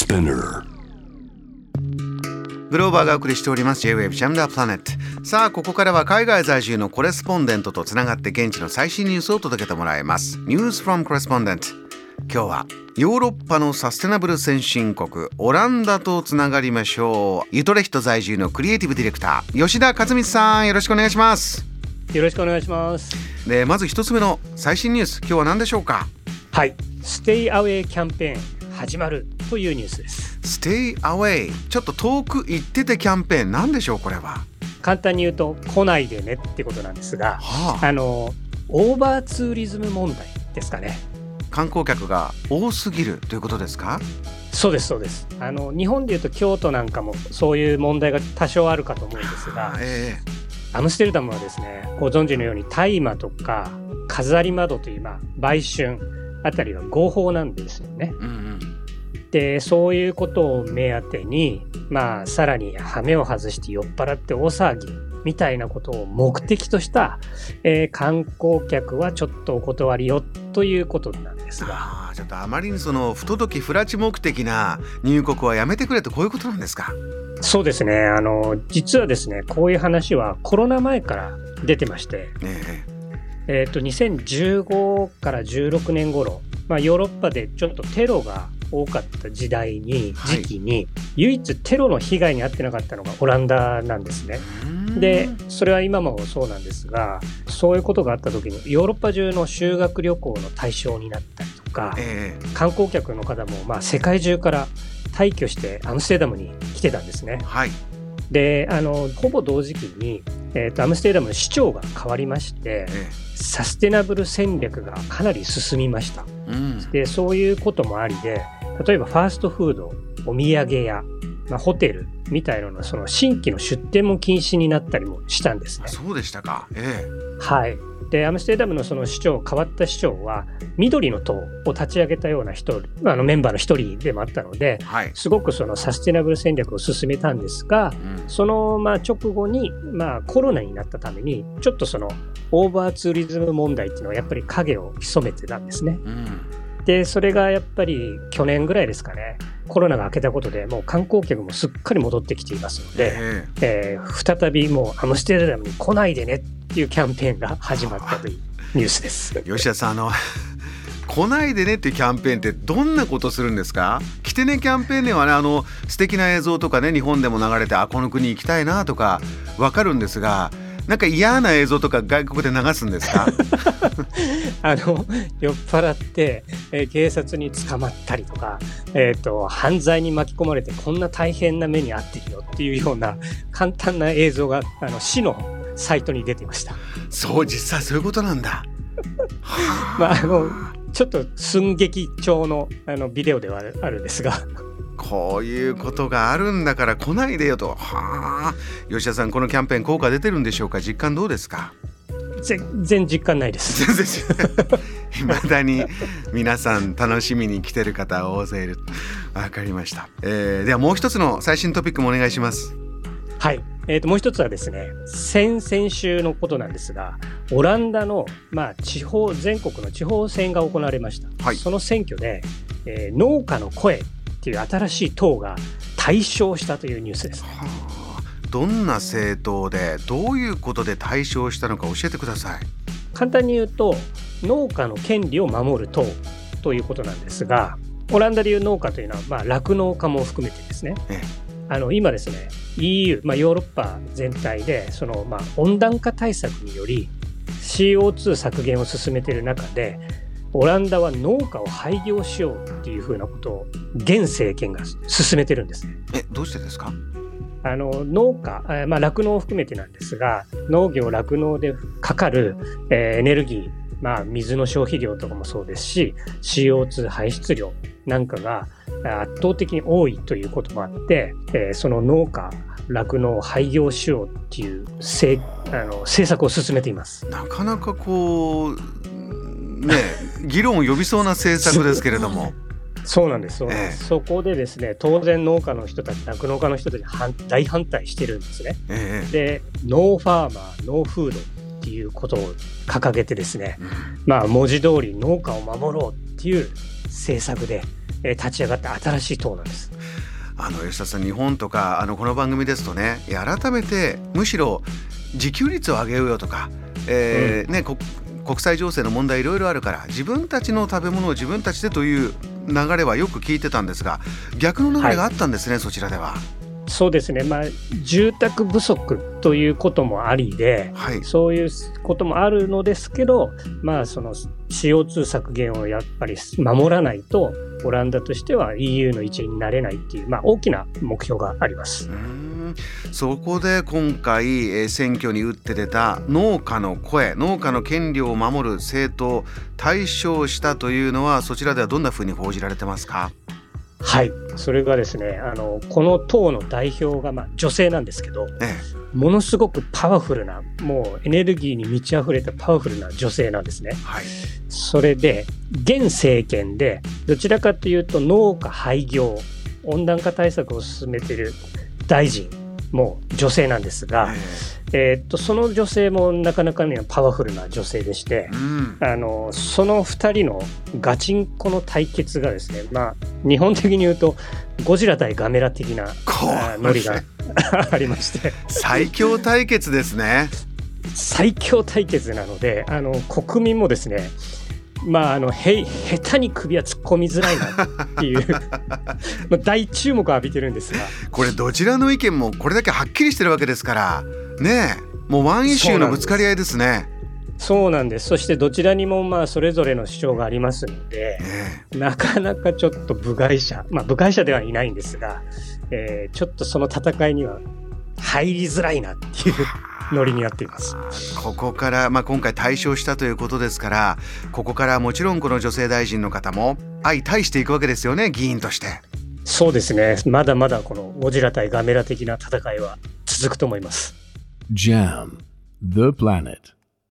Spinner。 グローバーがお送りしております J-Wave Jam the Planet。 さあここからは海外在住のコレスポンデントとつながって現地の最新ニュースを届けてもらいます。 News from Correspondent。 今日はヨーロッパのサステナブル先進国オランダとつながりましょう。ユトレヒト在住のクリエイティブディレクター吉田和光さん、よろしくお願いします。 よろしくお願いします。 でまず一つ目の最新ニュース、今日は何でしょうか？ はい、Stay Away キャンペーン始まるというニュースです。 Stay Away、 ちょっと遠く行っててキャンペーン、何でしょうこれは？ 簡単に言うと来ないでねってことなんですが、オーバーツーリズム問題ですかね。 観光客が多すぎるということですか？ そうですそうです。日本でいうと京都なんかもそういう問題が多少あるかと思うんですが、アムステルダムはですね、ご存知のように大麻とか飾り窓という売春あたりは合法なんですよね。でそういうことを目当てに、さらに羽目を外して酔っ払って大騒ぎみたいなことを目的とした、観光客はちょっとお断りよということなんですが、 ちょっとあまりにその不届き不埒目的な入国はやめてくれと、こういうことなんですか？ そうですね。実はですね、こういう話はコロナ前から出てまして、2015から16年頃、ヨーロッパでちょっとテロが多かった時期に唯一テロの被害に遭ってなかったのがオランダなんですね。でそれは今もそうなんですが、そういうことがあった時にヨーロッパ中の修学旅行の対象になったりとか、観光客の方も世界中から退去してアムステルダムに来てたんですね。でほぼ同時期に、アムステルダムの市長が変わりまして、サステナブル戦略がかなり進みました。でそういうこともありで、例えばファーストフード、お土産屋、ホテルみたいなのその新規の出店も禁止になったりもしたんですね。 そうでしたか。 はい。でアムステルダムのその変わった市長は緑の党を立ち上げたようなメンバーの一人でもあったので、すごくそのサステナブル戦略を進めたんですが、その直後にコロナになったためにちょっとそのオーバーツーリズム問題っていうのはやっぱり影を潜めてたんですね。でそれがやっぱり去年ぐらいですかね、コロナが明けたことでもう観光客もすっかり戻ってきていますので、再びもうアムステルダムに来ないでねっていうキャンペーンが始まったというニュースです。 吉田さん、来ないでねっていうキャンペーンってどんなことするんですか？来てねキャンペーンではね、素敵な映像とかね、日本でも流れてこの国行きたいなとか分かるんですが、なんか嫌な映像とか外国で流すんですか？ 酔っ払って、警察に捕まったりとか、犯罪に巻き込まれてこんな大変な目に遭ってるよっていうような簡単な映像が市のサイトに出てました。 そう、実際そういうことなんだ。 ちょっと寸劇調のビデオではあるんですが、 こういうことがあるんだから来ないでよと。吉田さん、このキャンペーン効果出てるんでしょうか？実感どうですか？ 全然実感ないです。 未だに皆さん楽しみに来てる方大勢いる。わかりました。ではもう一つの最新トピックもお願いします。 はい。もう一つはですね、先々週のことなんですが、オランダの、全国の地方選が行われました。その選挙で、農家の声っていう新しい党が大勝したというニュースです。 どんな政党でどういうことで大勝したのか教えてください。 簡単に言うと、農家の権利を守る党ということなんですが、オランダでいう農家というのは酪農家も含めてですね、今ですね EU、ヨーロッパ全体でその、温暖化対策により CO2 削減を進めている中で、オランダは農家を廃業しようっていうふうなことを現政権が進めてるんですね。 どうしてですか？ 農家、酪農を含めてなんですが、農業酪農でかかる、エネルギー、水の消費量とかもそうですし CO2 排出量なんかが圧倒的に多いということもあって、その農家酪農を廃業しようっていう政策を進めています。 なかなか議論を呼びそうな政策ですけれどもそうなんです。そこでですね、当然農家の人たち、酪農家の人たち大反対してるんですね。で、ノーファーマー、ノーフードっていうことを掲げてですね、文字通り農家を守ろうっていう政策で立ち上がった新しい党なんです。 吉田さん、日本とかこの番組ですとね、改めてむしろ自給率を上げようよとか、国際情勢の問題いろいろあるから自分たちの食べ物を自分たちでという流れはよく聞いてたんですが、逆の流れがあったんですね、そちらでは。 そうですね、住宅不足ということもありで、そういうこともあるのですけど、その CO2 削減をやっぱり守らないとオランダとしては EU の一員になれないっていう、大きな目標があります。 そこで今回選挙に打って出た農家の声、農家の権利を守る政党大勝したというのは、そちらではどんなふうに報じられてますか？ はい、それがですね、この党の代表が女性なんですけど、ものすごくパワフルな、もうエネルギーに満ち溢れたパワフルな女性なんですね。それで現政権でどちらかというと農家廃業、温暖化対策を進めている大臣も女性なんですが、その女性もなかなかパワフルな女性でして、その2人のガチンコの対決がですね、日本的に言うとゴジラ対ガメラ的なノリがありまして最強対決ですね。 最強対決なので、国民もですね、下手に首は突っ込みづらいなっていう大注目を浴びてるんですが、 これどちらの意見もこれだけはっきりしてるわけですからね、もうワンイシューのぶつかり合いですね。 そうなんです。そしてどちらにもそれぞれの主張がありますので、なかなかちょっと部外者ではいないんですが、ちょっとその戦いには入りづらいなっていうノリになっています。 ここから、今回大勝したということですから、ここからもちろんこの女性大臣の方も相対していくわけですよね、議員として。 そうですね、まだまだこのゴジラ対ガメラ的な戦いは続くと思います。 JAM The Planet